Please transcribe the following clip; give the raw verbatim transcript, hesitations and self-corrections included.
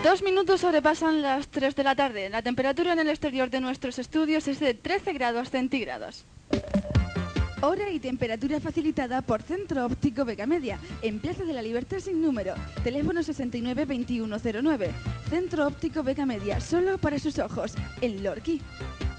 Dos minutos sobrepasan las tres de la tarde. La temperatura en el exterior de nuestros estudios es de trece grados centígrados. Hora y temperatura facilitada por Centro Óptico Vega Media, en Plaza de la Libertad sin número. Teléfono sesenta y nueve veintiuno cero nueve. Centro Óptico Vega Media, solo para sus ojos. El Lorquí.